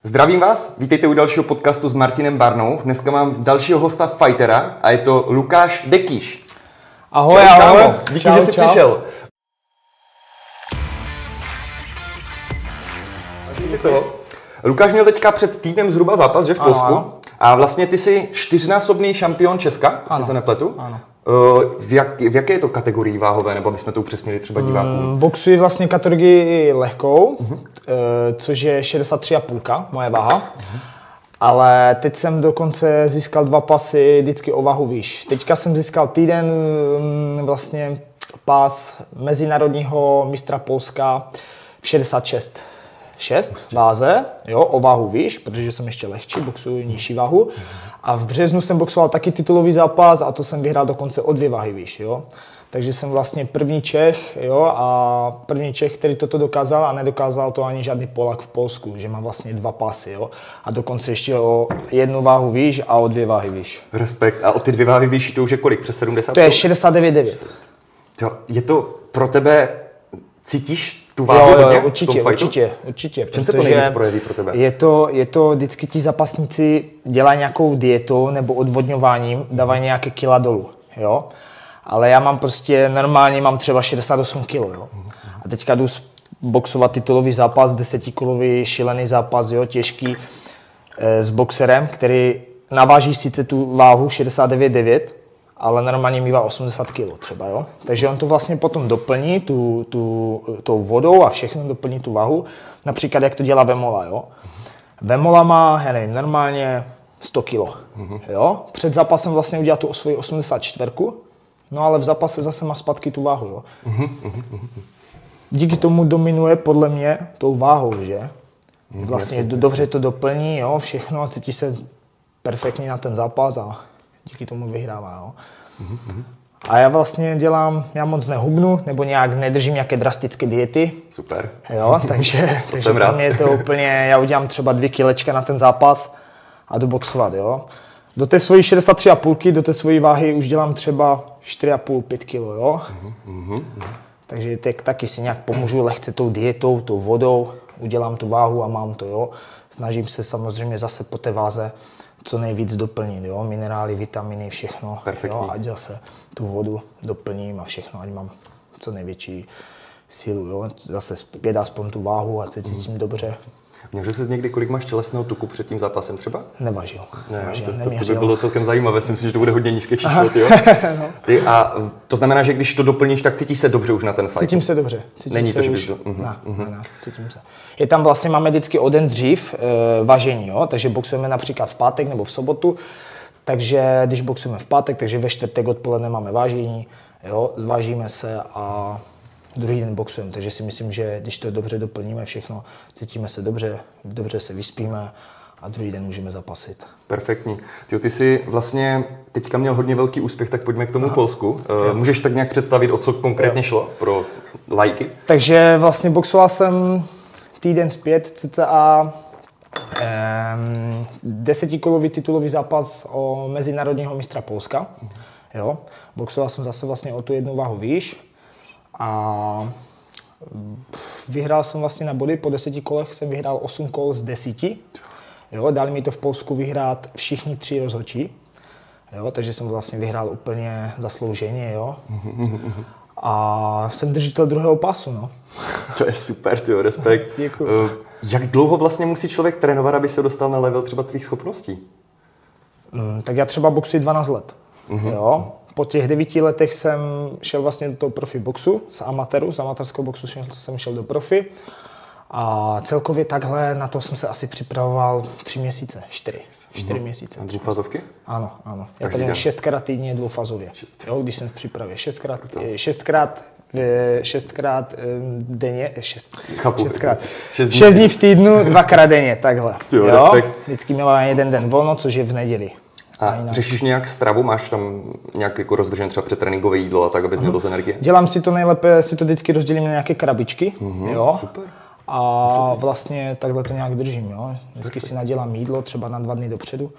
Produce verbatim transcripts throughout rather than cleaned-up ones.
Zdravím vás, vítejte u dalšího podcastu s Martinem Barnou. Dneska mám dalšího hosta fightera a je to Lukáš Dekýš. Ahoj, čau, ahoj. Kámo. Díky, čau, že jsi čau. přišel. Si toho. Lukáš měl teďka před týdnem zhruba zápas, že v Polsku? Ano, ano. A vlastně ty jsi čtyřnásobný šampion Česka, jestli se nepletu. Ano. V, jak, v jaké je to kategorii váhové, nebo abychom to upřesnili třeba divákům? Mm, boxuji vlastně kategorii lehkou, uh-huh. což je šedesát tři a půl moje váha. Uh-huh. Ale teď jsem dokonce získal dva pasy vždycky o váhu výš. Teďka jsem získal týden vlastně pás mezinárodního mistra Polska v šedesát šest šest váze, jo, o váhu výš, protože jsem ještě lehčí, boxuju nižší váhu. A v březnu jsem boxoval taky titulový zápas a to jsem vyhrál dokonce o dvě váhy výš, jo. Takže jsem vlastně první Čech, jo, a první Čech, který toto dokázal a nedokázal to ani žádný Polák v Polsku, že má vlastně dva pasy, jo. A dokonce ještě o jednu váhu výš a o dvě váhy výš. Respekt. A o ty dvě váhy výš to už je kolik? Přes sedmdesát? To je šedesát devět devět. Je to pro tebe, cítíš tu váhu jo, jo, hodně určitě, určitě, určitě. V čem se to nejvíc projeví pro tebe? Je to, je to vždycky ti zápasníci dělají nějakou dietou nebo odvodňováním, dávají nějaké kila dolů, jo. Ale já mám prostě, normálně mám třeba šedesát osm kilo, jo. A teďka jdu boxovat titulový zápas, desetikilový šílený zápas, jo, těžký, e, s boxerem, který naváží sice tu váhu šedesát devět devět, ale normálně mívá osmdesát kilo třeba, jo. Takže on to vlastně potom doplní tu, tu, tou vodou a všechno doplní tu váhu. Například jak to dělá Vemola, jo. Vemola má, já nevím, normálně sto kilo, jo. Před zápasem vlastně udělá tu svoji osmdesát čtyři, no ale v zápase zase má zpátky tu váhu, jo. Díky tomu dominuje podle mě tou váhou, že. Vlastně jasně, dobře jasně. to doplní, jo, všechno a cítí se perfektně na ten zápas a díky tomu vyhrává, jo. Mm-hmm. A já vlastně dělám, já moc nehubnu, nebo nějak nedržím nějaké drastické diety. Super. Jo, takže, to takže pro mě je to úplně, já udělám třeba dvě kilečka na ten zápas a jdu boxovat, jo. Do té svojí šedesát tři a půl, do té svojí váhy už dělám třeba čtyři a půl pět kilo, jo. Mm-hmm. Takže tak, taky si nějak pomůžu lehce tou dietou, tou vodou, udělám tu váhu a mám to, jo. Snažím se samozřejmě zase po té váze co nejvíc doplnit, jo, minerály, vitaminy, všechno, perfektní. Jo, ať zase tu vodu doplním a všechno, ať mám co největší sílu, jo, zase zpět aspoň tu váhu a se cítím mm. dobře. Měřil jsi někdy, kolik máš tělesného tuku před tím zápasem třeba? Nevažil. Ne, nevažil to, to, to by neměřil. bylo celkem zajímavé, si myslím, že to bude hodně nízké číslo, ty jo. no. Ty, a to znamená, že když to doplníš, tak cítíš se dobře už na ten fight? Cítím se dobře. Cítím Není se to, že už... bys to... Uh-huh, ne, uh-huh. ne, ne, cítím se. Je tam vlastně, máme vždycky o den dřív e, važení, jo, takže boxujeme například v pátek nebo v sobotu, takže když boxujeme v pátek, takže ve čtvrtek odpoledne máme vážení, jo, zvážíme se a druhý den boxujeme, takže si myslím, že když to dobře doplníme všechno, cítíme se dobře, dobře se vyspíme a druhý den můžeme zapasit. Perfektní. Ty, ty jsi vlastně teďka měl hodně velký úspěch, tak pojďme k tomu Aha. Polsku. Uh, můžeš tak nějak představit, o co konkrétně jo. šlo pro lajky? Takže vlastně boxoval jsem týden zpět cca um, desetikolový titulový zápas o mezinárodního mistra Polska. Jo. Boxoval jsem zase vlastně o tu jednu váhu výš. A vyhrál jsem vlastně na body, po deseti kolech jsem vyhrál osm kol z deseti. Jo, dali mi to v Polsku vyhrát všichni tři rozhodčí. Jo, takže jsem vlastně vyhrál úplně zaslouženě, jo. A jsem držitel druhého pasu, no. To je super, tyjo, respekt. Děkuju. Uh, jak dlouho vlastně musí člověk trénovat, aby se dostal na level třeba tvých schopností? Mm, tak já třeba boxuji dvanáct let, uh-huh. jo. Po těch devíti letech jsem šel vlastně do toho profi boxu, z amatéru, z amatérského boxu jsem šel do profi. A celkově takhle na to jsem se asi připravoval tři měsíce, čtyři, čtyři měsíce. A dvoufazovky? Ano, ano. Já tady mám šestkrát týdně dvoufazově, jo, když jsem v přípravě. Šestkrát, šestkrát, šestkrát denně, šest, Chápu, šestkrát, šest dní. šest dní v týdnu, dvakrát denně, takhle. Jo, jo? Respekt. Vždycky měla jeden den volno, což je v neděli. A, a řešíš nějak stravu? Máš tam nějak jako rozvržené třeba předtréninkové jídlo a tak, abys měl dost energie? Dělám si to nejlépe, si to vždycky rozdělím na nějaké krabičky, uh-huh, jo. Super. A vlastně takhle to nějak držím, jo. Vždycky si nadělám jídlo třeba na dva dny dopředu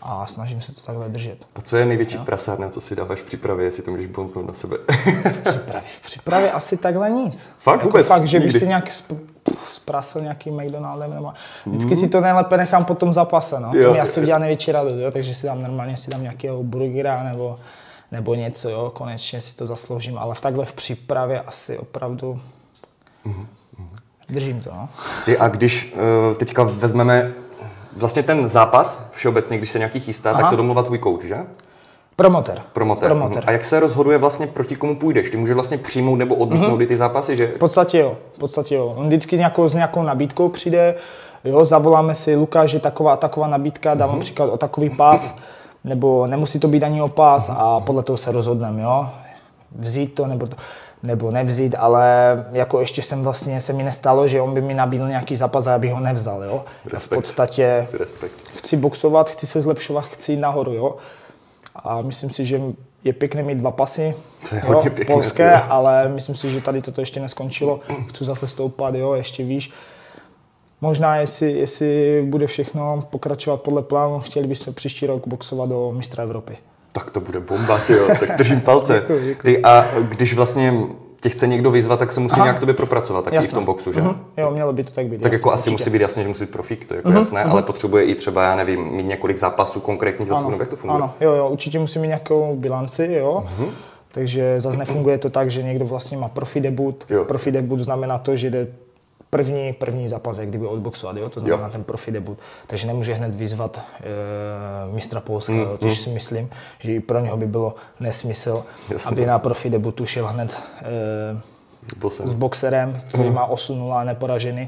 a snažím se to takhle držet. A co je největší prasárna, co si dáváš v přípravě, jestli to můžeš bonznout na sebe? V přípravě, v přípravě asi takhle nic. Fakt jako vůbec? Fakt, že Nikdy. bych si nějak zprasil nějakým McDonaldem nebo... Vždycky mm. si to nejlépe nechám po tom zápase, no. Jo, to mi asi udělá největší radost, jo, takže si dám normálně si dám nějakého burgera nebo, nebo něco, jo, konečně si to zasloužím, ale v takhle v přípravě asi opravdu mm. držím to, no. Ty a když uh, teďka vezmeme vlastně ten zápas, všeobecně, když se nějaký chystá, Aha. tak to domluvá tvůj coach, že? Promoter. Promoter. Promoter. A jak se rozhoduje vlastně, proti komu půjdeš? Ty můžeš vlastně přijmout nebo odmítnout mm-hmm. ty zápasy, že? V podstatě jo, v podstatě jo. On vždycky nějakou, s nějakou nabídkou přijde, jo, zavoláme si Lukáš, že taková a taková nabídka, dávám mm-hmm. příklad o takový pás, nebo nemusí to být ani o pás mm-hmm. a podle toho se rozhodneme, jo. Vzít to nebo to, nebo nevzít, ale jako ještě jsem vlastně, se mi nestalo, že on by mi nabídl nějaký zápas a já bych ho nevzal, jo. V podstatě Respekt. Chci boxovat, chci se zlepšovat, chci jít nahoru, jo. A myslím si, že je pěkné mít dva pasy, to je jo, pěkné, polské, tě. Ale myslím si, že tady toto ještě neskončilo. Chci zase stoupat, jo, ještě výš. Možná, jestli, jestli bude všechno pokračovat podle plánu, chtěli bychom příští rok boxovat do mistra Evropy. Tak to bude bomba, tyjo, tak držím palce. Děkuji, děkuji. Ty, a když vlastně tě chce někdo vyzvat, tak se musí Aha. nějak tobě propracovat taky v tom boxu, že? Uh-huh. Jo, mělo by to tak být. Tak jasný, jako asi určitě. musí být jasné, že musí být profík, to je jako uh-huh. jasné, uh-huh. ale potřebuje i třeba, já nevím, mít několik zápasů konkrétních za sebou, jak to funguje? Ano, jo, jo, určitě musí mít nějakou bilanci, jo. Uh-huh. Takže zase nefunguje to tak, že někdo vlastně má profi debut. Jo. Profi debut znamená to, že jde první, první zápas, jak kdyby odboxovat, jo, to znamená jo. ten profi debut. Takže nemůže hned vyzvat e, mistra Polska, mm, což mm. si myslím, že i pro něho by bylo nesmysl, Jasně. aby na profi debutu šel hned e, s, s boxerem, který má osm nula neporažený.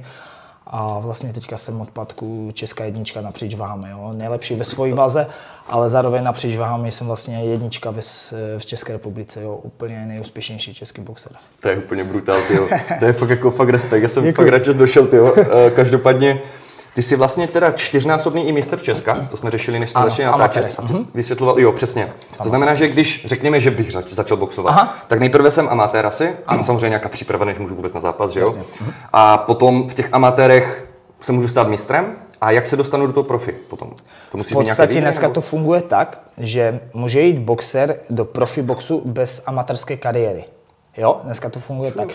A vlastně teďka jsem odpadku česká jednička napříč váhami, jo. Nejlepší ve svojí váze, ale zároveň napříč váhami jsem vlastně jednička ve, v České republice, jo. Úplně nejúspěšnější český boxer. To je úplně brutál, tyjo. To je fakt jako fakt respekt, já jsem Děkuji. fakt rád, že jsi došel, tyjo. Každopádně ty jsi vlastně teda čtyřnásobný i mistr Česka, to jsme řešili, než jsme ano, začali natáčet. A ty jsi vysvětloval, jo, přesně. To znamená, že když řekněme, že bych začal boxovat, Aha. tak nejprve jsem amatér asi, a samozřejmě nějaká příprava, než můžu vůbec na zápas, že jo? A potom v těch amatérech se můžu stát mistrem. A jak se dostanu do toho profi potom? To musí v podstatě dneska nebo? To funguje tak, že může jít boxer do profi boxu bez amatérské kariéry. Jo, dneska to funguje tak.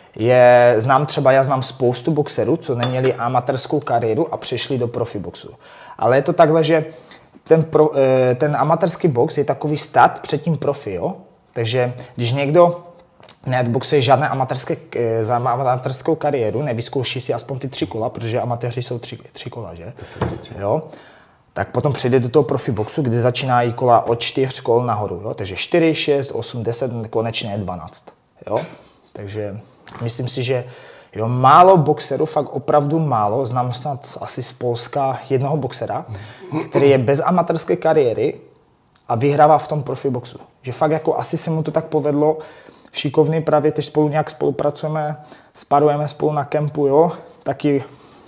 Je, znám třeba, já znám spoustu boxerů, co neměli amatérskou kariéru a přešli do profi boxu. Ale je to takhle, že ten, pro, ten amatérský box je takový start před tím profi, jo? Takže když někdo neodboxuje žádné amatérské, za amatérskou kariéru, nevyzkouší si aspoň ty tři kola, protože amatéři jsou tři, tři kola, že? Jo? Tak potom přijde do toho profi boxu, kde začínají kola od čtyř kol nahoru, jo? Takže čtyři, šest, osm, deset, konečně je dvanáct, jo? Takže myslím si, že jo, málo boxerů, fakt opravdu málo, znám snad asi z Polska jednoho boxera, který je bez amatérské kariéry a vyhrává v tom profi boxu. Že fakt jako asi se mu to tak povedlo, šikovný, právě teď spolu nějak spolupracujeme, sparujeme spolu na kempu, jo, taky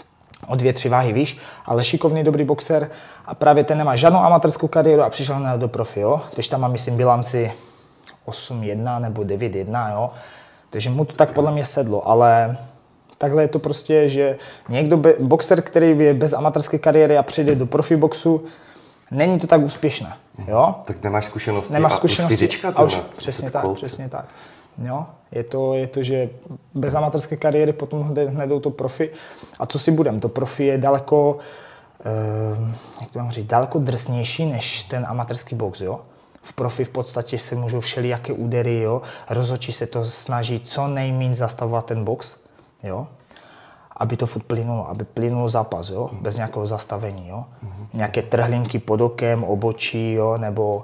o dvě, tři váhy výš, ale šikovný, dobrý boxer a právě ten nemá žádnou amatérskou kariéru a přišel hned do profi, jo. Teď tam má, myslím, bilanci osm jedna nebo devět jedna, jo. Takže mu to tak podle mě sedlo, ale takhle je to prostě, že někdo, be, boxer, který je bez amatérské kariéry a přijde do profi boxu, není to tak úspěšné, jo? Tak nemáš zkušenosti nemáš a zkušenosti, fyzička a už, přesně tak, přesně tak. Jo? Je to, je to, že bez amatérské kariéry potom hned jdou to profi. A co si budem, to profi je daleko, eh, jak to mám říct, daleko drsnější než ten amatérský box, jo? V profi v podstatě se můžou všelijaké údery, jo? Rozhodčí se to snaží co nejméně zastavovat ten box, jo? Aby to furt plynulo, aby plynul zápas, jo? Bez nějakého zastavení, jo? Mm-hmm. Nějaké trhlinky pod okem, obočí, jo? Nebo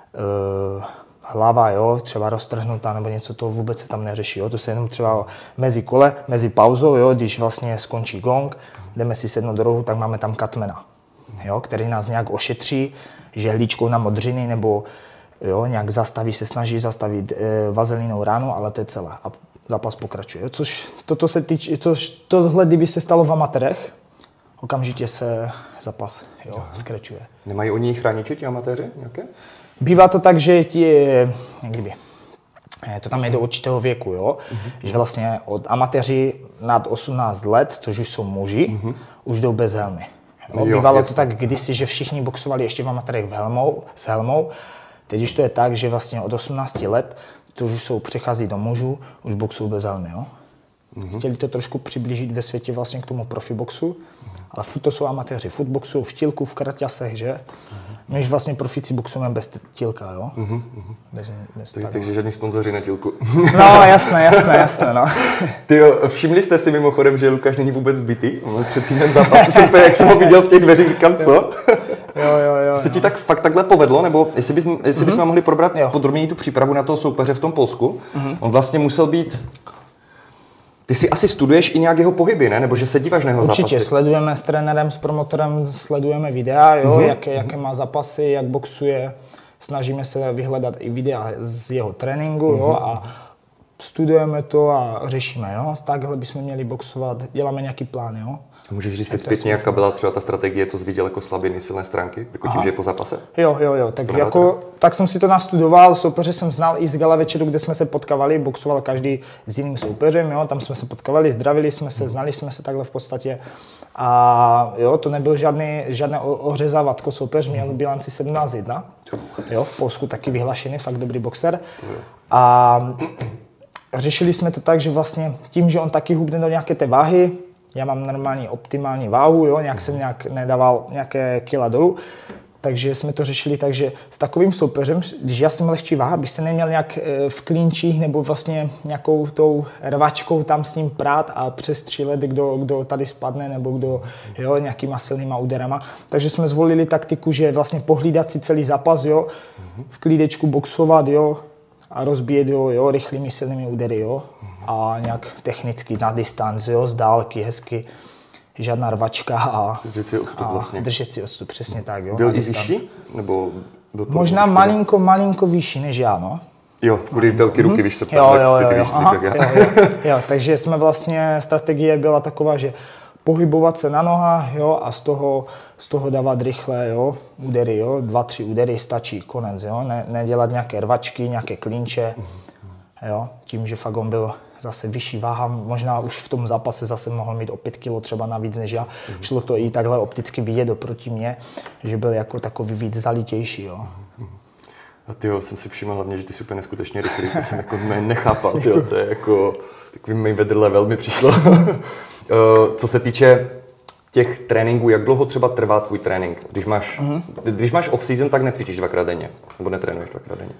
uh, hlava, jo? Třeba roztrhnutá, nebo něco, to vůbec se tam neřeší, jo? To se jenom třeba mezi kole, mezi pauzou, jo? Když vlastně skončí gong, jdeme si sednout do rohu, tak máme tam katmena, jo? Který nás nějak ošetří, žehlíčkou na modřiny, nebo jo? Nějak zastaví, se snaží zastavit e, vazelínou ránu, ale to je celé. A zápas pokračuje. Což toto se týče, což tohle, kdyby se stalo v amatérech, okamžitě se zápas jo, skračuje. Nemají oni chrániči, ti amatéři nějaké? Bývá to tak, že ti, kdyby, to tam je do určitého věku, jo? Uh-huh. Že vlastně od amatéři nad osmnáct let, což už jsou muži, uh-huh. už jdou bez helmy. Jo, bývalo jo, to tak kdysi, že všichni boxovali ještě v amatérech v helmou, s helmou. Teď už to je tak, že vlastně od osmnácti let, to už jsou přechází do mužů, už boxují bez helmy. Jo? Mm-hmm. Chtěli to trošku přiblížit ve světě vlastně k tomu profiboxu, mm-hmm. ale furt to jsou amatéři, furt boxují v tílku, v kraťasech, že? Mm-hmm. My už vlastně profici boxujeme bez tílka, jo? Mm-hmm. Bez, bez tak, takže žádný sponzoři na tílku. No, jasné, jasné, jasné, no. Tyjo, všimli jste si mimochodem, že Lukáš není vůbec zbytý? Před týdnem zápas, jsem úplně, jak jsem ho viděl v těch dveřích, říkám, co? Jo, jo, jo. To se ti tak fakt takhle povedlo, nebo jestli, bys, jestli mm-hmm. bychom mohli probrat podrobněji tu přípravu na toho soupeře v tom Polsku? Mm-hmm. On vlastně musel být... Ty si asi studuješ i nějak jeho pohyby, ne? Nebo že se díváš na jeho Určitě, zápasy? Určitě, sledujeme s trenérem, s promotorem, sledujeme videa, jo, mm-hmm. jaké, jaké má zápasy, jak boxuje. Snažíme se vyhledat i videa z jeho tréninku, mm-hmm. jo, a studujeme to a řešíme, jo. Takhle bychom měli boxovat, děláme nějaký plán, jo. Můžeš říct teď zpětně, jaká byla třeba ta strategie, co jsi viděl jako slabiny, silné stránky, jako tím, že je po zápase? Jo, jo, jo, tak, jako, tak jsem si to nastudoval, soupeře jsem znal i z gala večeru, kde jsme se potkávali, boxoval každý s jiným soupeřem, jo, tam jsme se potkávali, zdravili jsme se, znali jsme se takhle v podstatě. A jo, to nebyl žádný, žádné ořezávatko, soupeř měl bilanci sedmnáct jedna, jo, v Polsku taky vyhlašený, fakt dobrý boxer. A řešili jsme to tak, že vlastně tím, že on taky hubne do nějaké té váhy, já mám normální optimální váhu, jo, nějak jsem nějak nedával nějaké kila dolů, takže jsme to řešili tak, že s takovým soupeřem, když já jsem lehčí váha, bych se neměl nějak v klinčích nebo vlastně nějakou tou rvačkou tam s ním prát a přestřílet, kdo, kdo tady spadne nebo kdo, jo, nějakýma silnýma úderama. Takže jsme zvolili taktiku, že vlastně pohlídat si celý zápas, jo, v klídečku boxovat, jo, a rozbíjet ho, jo, rychlými silnými údery, jo, a nějak technicky na distanc, jo, z dálky, hezky, žádná rvačka a držet si odstup vlastně. Držet si odstup, přesně tak, jo. Byl i vyšší? Nebo byl to možná vyšší, malinko, malinko vyšší než já, no. Jo, kvůli velké ruky, víš se ptám, tak ty, ty víš, jak já. Jo, jo, jo, takže jsme vlastně, strategie byla taková, že pohybovat se na nohách, jo, a z toho, z toho dávat rychle, jo, údery, jo, dva, tři údery stačí, konec, jo, ne, nedělat nějaké rvačky, nějaké klinče, jo, tím, že fakt on byl zase vyšší váha, možná už v tom zápase zase mohl mít o pět kilo třeba navíc než já, šlo to i takhle opticky vidět oproti mě, že byl jako takový víc zalitější, jo. A tyjo, jsem si všiml hlavně, že ty jsi úplně neskutečně rychlý, to jsem jako nechápal, tyjo, to je jako takový Mayweather level mi přišlo. Co se týče těch tréninků, jak dlouho třeba trvá tvůj trénink? Když máš, mm-hmm. když máš off-season, tak netvičíš dvakrát denně, nebo netrénuješ dvakrát denně?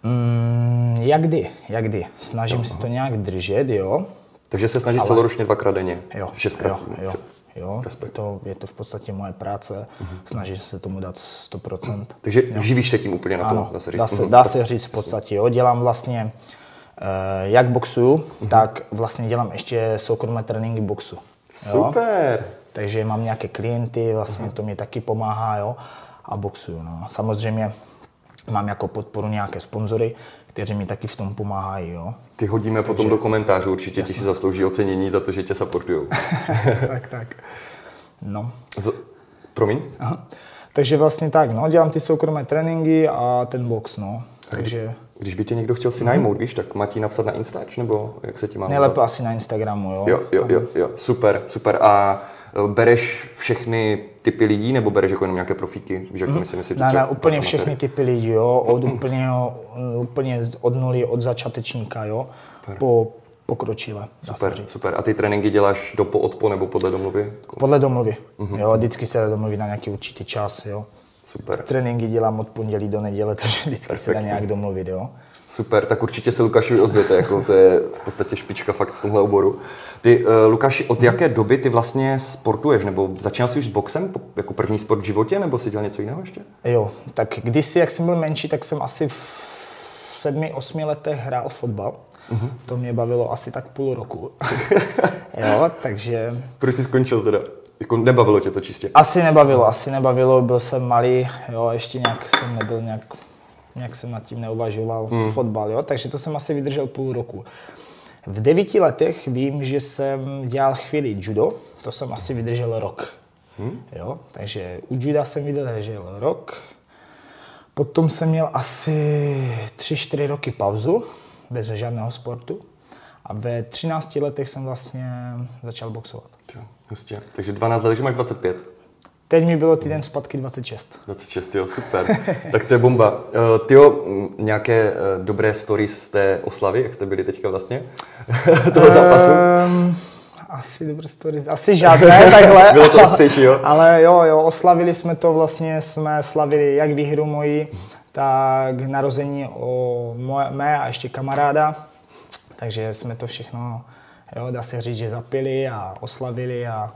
Mm, jak kdy, jak kdy. Snažím se to nějak držet, jo. Takže se snažíš ale... celoročně dvakrát denně? Jo, šestkrát? Jo, jo, jo. To, je to v podstatě moje práce, mm-hmm. snažím se tomu dát sto procent. Takže jo. Živíš se tím úplně naplno, ano, dá se říct? Dá se, dá se říct v podstatě, jo. Dělám vlastně, eh, jak boxuju, mm-hmm. tak vlastně dělám ještě soukromé tréninky boxu. Super! Jo. Takže mám nějaké klienty, vlastně uh-huh. to mě taky pomáhá, jo, a boxuju, no. Samozřejmě mám jako podporu nějaké sponzory, kteří mi taky v tom pomáhají, jo. Ty hodíme takže, potom do komentářů, určitě jasný. Ti si zaslouží ocenění za to, že tě supportujou. tak, tak. No. To, promiň? Aha. Takže vlastně tak, no, dělám ty soukromé tréninky a ten box, no. Takže... Když by tě někdo chtěl si najmout, mm-hmm. víš, tak má ti napsat na Instač, nebo jak se ti má nejlépe asi na Instagramu, jo. Jo, jo, jo, jo, super, super. A bereš všechny typy lidí, nebo bereš jako jenom nějaké profíky? Víš, jak to myslím, jestli to ne, ne, úplně všechny typy lidí, jo, od úplně, úplně od nuly, od začátečníka, jo, super. Po pokročile. Super, super. A ty tréninky děláš do po, odpo nebo podle domluvy? Podle domluvy, mm-hmm. jo, vždycky se domluví na nějaký určitý čas, jo. Super. Tréninky dělám od pondělí do neděle, takže vždycky perfektní. Se dá nějak domluvit, jo. Super, tak určitě se Lukášovi ozvěte, jako to je v podstatě špička fakt v tomhle oboru. Ty, uh, Lukáši, od jaké doby ty vlastně sportuješ, nebo začínal jsi už s boxem jako první sport v životě, nebo jsi dělal něco jiného ještě? Jo, tak kdysi, jak jsem byl menší, tak jsem asi v sedmi, osmi letech hrál fotbal. Uh-huh. To mě bavilo asi tak půl roku. Jo, takže... Proč jsi skončil teda? Jako nebavilo tě to čistě? Asi nebavilo, asi nebavilo, byl jsem malý, jo, ještě nějak jsem nebyl nějak... nějak jsem nad tím neuvažoval, hmm. fotbal, jo, takže to jsem asi vydržel půl roku. V devíti letech vím, že jsem dělal chvíli judo, to jsem asi vydržel rok, hmm. jo, takže u juda jsem vydržel rok, potom jsem měl asi tři, čtyři roky pauzu, bez žádného sportu a ve třinácti letech jsem vlastně začal boxovat. Hustě, takže dvanáct let, takže máš dvacet pět. Teď mi bylo týden zpátky dvacet šest. dvacet šest, jo, super. Tak to je bomba. Uh, tyjo, nějaké uh, dobré stories z té oslavy, jak jste byli teďka vlastně, toho zápasu? Um, asi dobré stories, asi žádné takhle. Bylo to ostřejší, jo? Ale jo, jo, oslavili jsme to vlastně, jsme slavili jak výhru moji, tak narození o moje, mé a ještě kamaráda. Takže jsme to všechno, jo, dá se říct, že zapili a oslavili a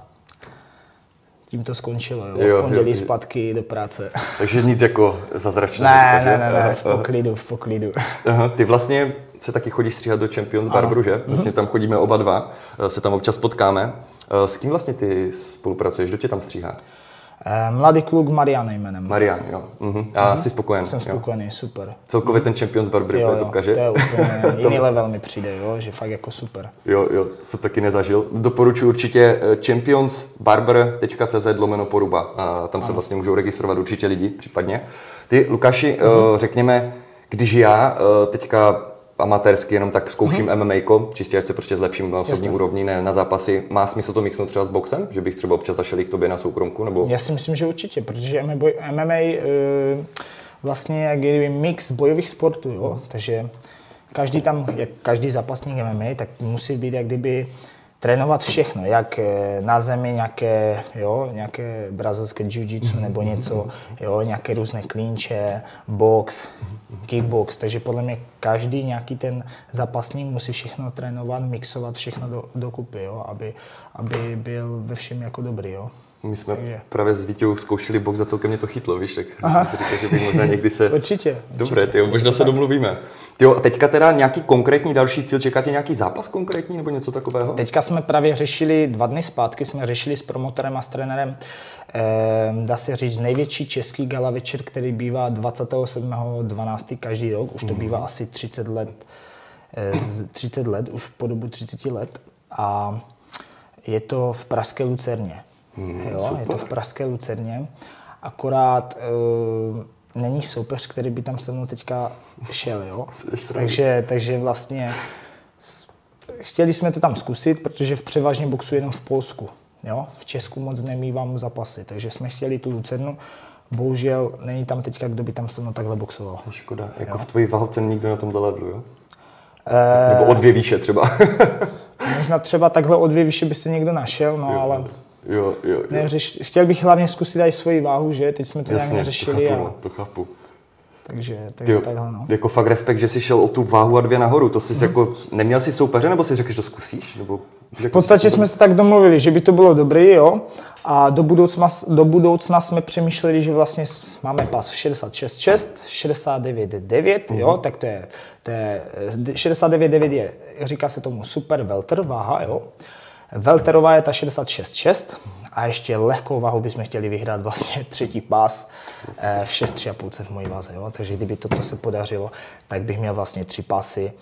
tím to skončilo, jo, jo v pondělí jo, zpátky do práce. Takže nic jako zázračného. Ne, ne, ne, ne, v poklidu, v poklidu. Aha, ty vlastně se taky chodíš stříhat do Champions Barberu, že? Vlastně tam chodíme oba dva, se tam občas potkáme. S kým vlastně ty spolupracuješ, kdo tě tam stříhá? Mladý kluk Marian jménem. Marian, jo. Uh-huh. A uh-huh. jsi spokojen? Jsem spokojený, jo. Super. Celkově ten Champions Barber je topka, že? To je úplně jiný level mi přijde, jo, že fakt jako super. Jo, jo, to jsem taky nezažil. Doporučuji určitě champions barber tečka cé zet lomeno poruba. A tam se ano. vlastně můžou registrovat určitě lidi, případně. Ty, Lukáši, uh-huh. řekněme, když já teďka amatérsky jenom tak zkouším mm-hmm. M M A, čistě ať se prostě zlepším na osobní Jasne. úrovni, ne na zápasy. Má smysl to mixnout třeba s boxem? Že bych třeba občas zašel i k tobě na soukromku? Nebo... Já si myslím, že určitě, protože M M A uh, vlastně jak je mix bojových sportů, jo? Takže každý tam, jak každý zápasník M M A, tak musí být jak kdyby trénovat všechno, jak na zemi nějaké, jo, nějaké brazilské jiu-jitsu nebo něco, jo, nějaké různé klínče, box, kickbox, takže podle mě každý nějaký ten zápasník musí všechno trénovat, mixovat všechno do, dokupy, jo, aby, aby byl ve všem jako dobrý, jo. My jsme takže. právě s Vítěou zkoušeli box a celkem mě to chytlo, víš, tak Aha. jsem si říkal, že bych možná někdy se... Určitě. Dobré, tyjo, možná se domluvíme. Tyjo, a teďka teda nějaký konkrétní další cíl, čeká tě nějaký zápas konkrétní nebo něco takového? Teďka jsme právě řešili, dva dny zpátky jsme řešili s promotorem a s trenérem, eh, dá se říct, největší český gala večer, který bývá dvacátého sedmého dvanáctého každý rok, už to bývá mm. asi třicet let, eh, třicet let, už po dobu třicet let a je to v pražské Lucerně. Hmm, jo, je to v pražské Lucerně, akorát e, není soupeř, který by tam se mnou teďka šel, jo. takže, takže vlastně chtěli jsme to tam zkusit, protože v převážně boxu jenom v Polsku, jo. V Česku moc nemývám zápasy, takže jsme chtěli tu Lucernu, bohužel není tam teďka, kdo by tam se mnou takhle boxoval. Škoda, jako jo? V tvojí váhovce nikdo na tomhle levelu, jo? E... Nebo o dvě výše třeba. Možná třeba takhle o dvě výše by se někdo našel, no jo, ale... Jo, jo, jo. Neřeš, chtěl bych hlavně zkusit i svoji váhu, že? Teď jsme to Jasně, nějak neřešili. To chápu, a... to chápu. Takže, takže jo, takhle, no. Jako fakt respekt, že jsi šel o tu váhu a dvě nahoru. To jsi mm. jako, neměl jsi soupeře, nebo jsi řekl, že to zkusíš? Nebo, v podstatě jsme se tak domluvili, že by to bylo dobrý, jo. A do budoucna, do budoucna jsme přemýšleli, že vlastně máme pas v šedesát šest šest, šedesát devět devět, mm. jo. Tak to je, to je, šedesát devět devět je, říká se tomu super welter váha, jo. Welterová je ta šedesát šest šest a ještě lehkou váhu bychom chtěli vyhrát vlastně třetí pás v šest tři a půl v mojí váze. Jo? Takže kdyby toto se podařilo, tak bych měl vlastně tři pásy,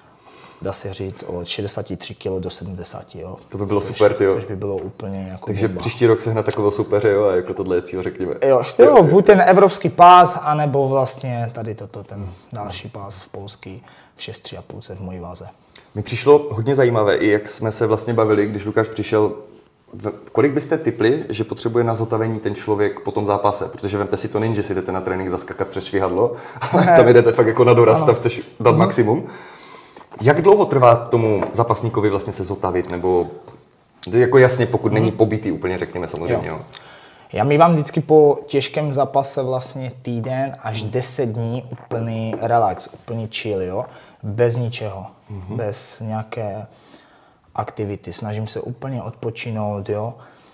dá se říct, od šedesát tři kilogramů do sedmdesát. Jo? To by bylo což, super, tyjo. Což by bylo úplně jako Takže bomba. Příští rok sehnat takového soupeře, jo, a jako tohle je cíl, řekněme. Jo, jo, buď ten evropský pás, anebo vlastně tady toto, ten další pás v polský v šest tři a půl v mojí váze. Mi přišlo hodně zajímavé, i jak jsme se vlastně bavili, když Lukáš přišel, kolik byste tipli, že potřebuje na zotavení ten člověk po tom zápase? Protože vemte si to není, že si jdete na trénink zaskakat přes švihadlo, ale tam jdete fakt jako na doraz, tam chceš dát mm. maximum. Jak dlouho trvá tomu zápasníkovi vlastně se zotavit, nebo jako jasně, pokud mm. není pobitý úplně, řekněme samozřejmě. Jo. Já mívám vždycky po těžkém zápase vlastně týden až deset dní úplný relax, úplný chill, jo? Bez ničeho, mm-hmm. bez nějaké aktivity. Snažím se úplně odpočinout, jo?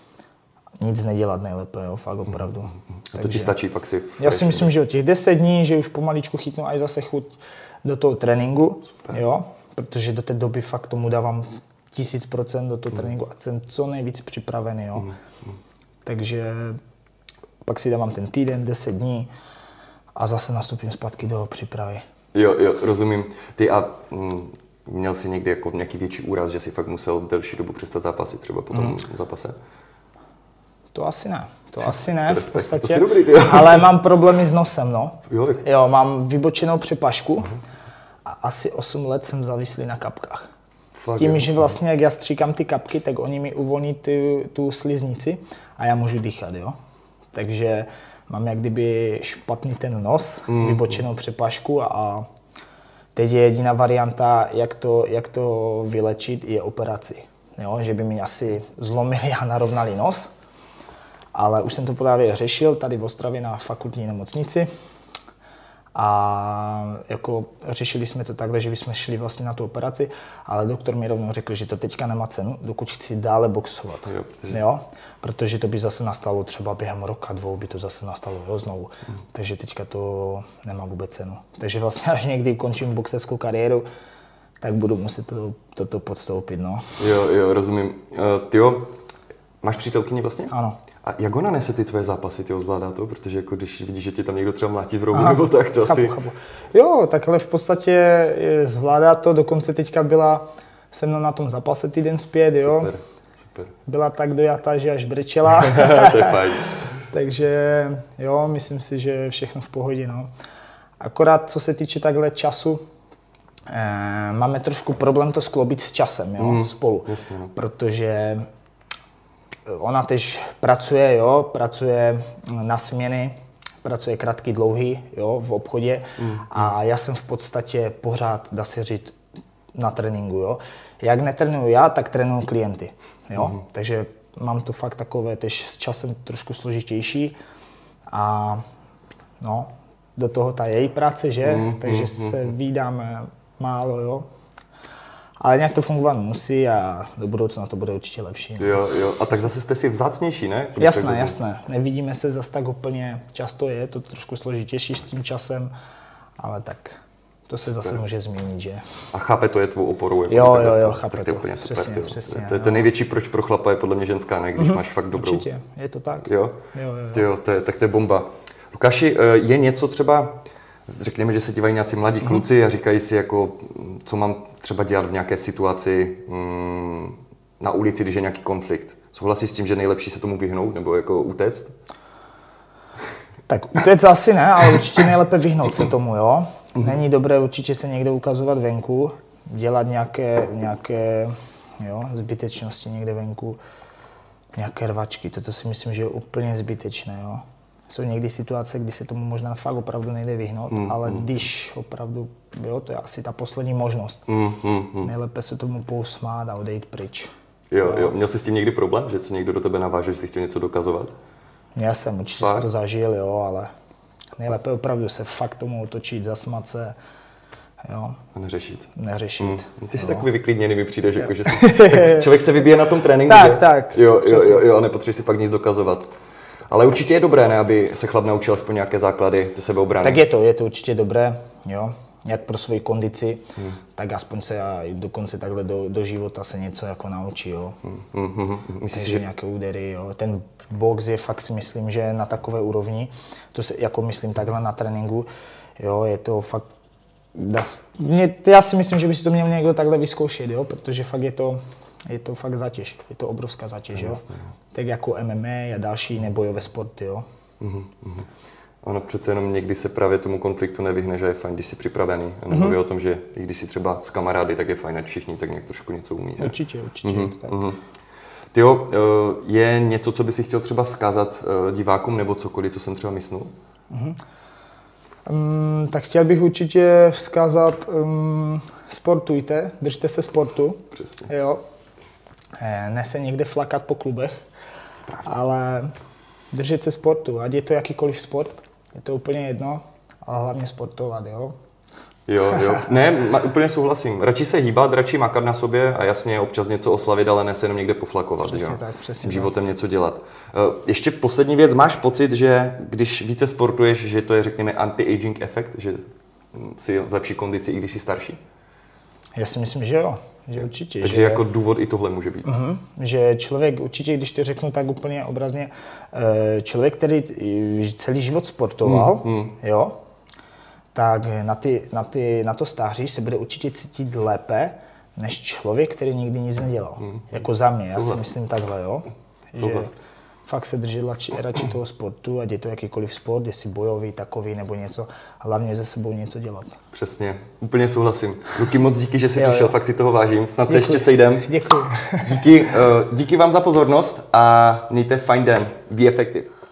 Nic nedělat nejlépe, jo? Fakt opravdu. Mm-hmm. A to Takže, ti stačí pak si... Já si myslím, že o těch deset dní, že už pomaličku chytnu aj zase chuť do toho tréninku, Super. jo? Protože do té doby fakt tomu dávám tisíc procent do toho mm. tréninku a jsem co nejvíc připravený, jo? Mm. Takže pak si dávám ten týden, deset dní a zase nastupím zpátky do přípravy. Jo, jo, rozumím. Ty a mm, měl jsi někdy jako nějaký větší úraz, že jsi fakt musel delší dobu přestat zápasit třeba po tom mm. zápase? To asi ne. To asi ne, v podstatě. To jsi dobrý, ty. Ale mám problémy s nosem, no. Jo, tak. Jo, mám vybočenou přepažku uh-huh. a asi osm let jsem závislý na kapkách. Fakt, Tím, je. že vlastně, jak já stříkám ty kapky, tak oni mi uvolní ty, tu sliznici a já můžu dýchat, jo. takže mám jak kdyby špatný ten nos, mm. vybočenou přepažku a teď je jediná varianta, jak to, jak to vylečit, je operaci. Jo, že by mi asi zlomili a narovnali nos. Ale už jsem to právě řešil tady v Ostravě na fakultní nemocnici. A jako řešili jsme to takhle, že bychom šli vlastně na tu operaci, ale doktor mi rovnou řekl, že to teďka nemá cenu, dokud chci dále boxovat. Jo, protože... Jo? Protože to by zase nastalo třeba během roka, dvou by to zase nastalo jo, znovu. Hmm. Takže teďka to nemá vůbec cenu. Takže vlastně až někdy končím boxerskou kariéru, tak budu muset to, toto podstoupit. No. Jo, jo, rozumím. Uh, tyjo, máš přítelkyni vlastně? Ano. A jak ona nese ty tvoje zápasy, tyjo, zvládá to? Protože jako když vidíš, že tě tam někdo třeba mlátí v rohu Aha, nebo tak, to chápu, asi... Chápu. Jo, takhle v podstatě zvládá to, dokonce teďka byla se mnou na tom zápase týden zpět, jo. Super, super. Byla tak dojatá, že až brečela. To je fajn. Takže jo, myslím si, že všechno v pohodě, no. Akorát co se týče takhle času, eh, máme trošku problém to skloubit s časem, jo, mm, spolu. Jasně, no. Protože ona tež pracuje, jo, pracuje na směny, pracuje krátký, dlouhý, jo, v obchodě mm, a já jsem v podstatě pořád, dá se říct, na tréninku, jo. Jak netrénuju já, tak trénuju klienty, jo. Mm. Takže mám to fakt takové tež s časem trošku složitější a no, do toho ta její práce, že, mm, takže mm, se mm. vídáme málo, jo. Ale nějak to fungovat musí a do budoucna to bude určitě lepší. Ne? Jo, jo. A tak zase jste si vzácnější, ne? Když jasné, jasné. Nevidíme se zase tak úplně často, je to trošku složitější s tím časem, ale tak to se super. Zase může změnit, že? A chápe to je tvou oporou? Jako jo, jo, jo, chápe tak to. je úplně super. Přesně, přesně, to je ten největší proč pro chlapa je podle mě ženská, ne? Když mm-hmm. máš fakt dobrou. Určitě, je to tak. Jo? Jo, jo, jo. jo to je, tak to je bomba. Lukáši, je něco třeba, řekněme, že se dívají nějací mladí mm-hmm. kluci a říkají si, jako, co mám třeba dělat v nějaké situaci mm, na ulici, když je nějaký konflikt. Souhlasí s tím, že nejlepší se tomu vyhnout nebo jako utéct? Tak utéct asi ne, ale určitě nejlépe vyhnout se tomu, jo. Není dobré určitě se někde ukazovat venku, dělat nějaké, nějaké jo, zbytečnosti někde venku, nějaké rvačky, to, to si myslím, že je úplně zbytečné, jo. Jsou někdy situace, kdy se tomu možná fakt opravdu nejde vyhnout, mm, ale mm. když opravdu, jo, to je asi ta poslední možnost. Mm, mm, mm. Nejlépe se tomu pousmát a odejít pryč. Jo, jo, měl jsi s tím někdy problém, že se někdo do tebe naváže, že jsi chtěl něco dokazovat? Já jsem, určitě jsem to zažil, jo, ale nejlépe opravdu se fakt tomu otočit, zasmat se, jo. A neřešit. Neřešit. Mm. Ty jsi takový vyklidněný, mi přijdeš, jako, že si, člověk se vybije na tom tréninku, tak, že? Tak, jo, jo, jo, jo, a nepotřebuješ si pak nic dokazovat. Ale určitě je dobré, ne, aby se chlap naučil aspoň nějaké základy sebeobrany. Tak je to, je to určitě dobré, jo. Jak pro svoji kondici, hmm. tak aspoň se a dokonce takhle do, do života se něco jako naučí, jo. Hmm. Hmm. Hmm. Myslíš si, že nějaké údery, jo. Ten box je fakt si myslím, že na takové úrovni, to se jako myslím takhle na tréninku, jo, je to fakt, mě, já si myslím, že by si to měl někdo takhle vyzkoušet, jo, protože fakt je to, je to fakt zátěž, je to obrovská zátěž, jo. Jasně, jo. Tak jako M M A a další nebojové sporty, jo. Mm-hmm. Ono přece jenom někdy se právě tomu konfliktu nevyhne, že je fajn, když jsi připravený. A nemluví mm-hmm. o tom, že i když jsi třeba s kamarády, tak je fajn, ať všichni tak nějak trošku něco umí. Že? Určitě, určitě. Mm-hmm. Je to tak. Mm-hmm. Tyjo, je něco, co by si chtěl třeba vzkázat divákům, nebo cokoliv, co jsem třeba myslel? Mm-hmm. Um, tak chtěl bych určitě vzkázat, um, sportujte, držte se sportu. Přesně. Jo. Ne se někde flakat po klubech, správně. Ale držet se sportu, ať je to jakýkoliv sport, je to úplně jedno, ale hlavně sportovat, jo. Jo, jo. Ne, ma, úplně souhlasím. Radši se hýbat, radši makat na sobě a jasně občas něco oslavit, ale ne se jenom někde poflakovat. Přesně jo. tak, přesně Tím životem něco dělat. Ještě poslední věc, máš pocit, že když více sportuješ, že to je, řekněme, anti-aging efekt, že jsi v lepší kondici, i když jsi starší? Já si myslím, že jo. Že určitě. Takže že, jako důvod i tohle může být. Uh-huh, že člověk určitě, když to řeknu tak úplně obrazně, člověk, který celý život sportoval, mm, mm. jo, tak na, ty, na, ty, na to stáří se bude určitě cítit lépe, než člověk, který nikdy nic nedělal. Mm. Jako za mě, já Souhlas. si myslím takhle, jo. Souhlas. Že fakt se držet radši, radši toho sportu, ať je to jakýkoliv sport, jestli bojový, takový nebo něco, hlavně se sebou něco dělat. Přesně, úplně souhlasím. Luky, moc díky, že jsi jo, přišel, jo. Fakt si toho vážím, snad se ještě sejdem. Děkuji. Díky, uh, díky vám za pozornost a mějte fajn den, be effective.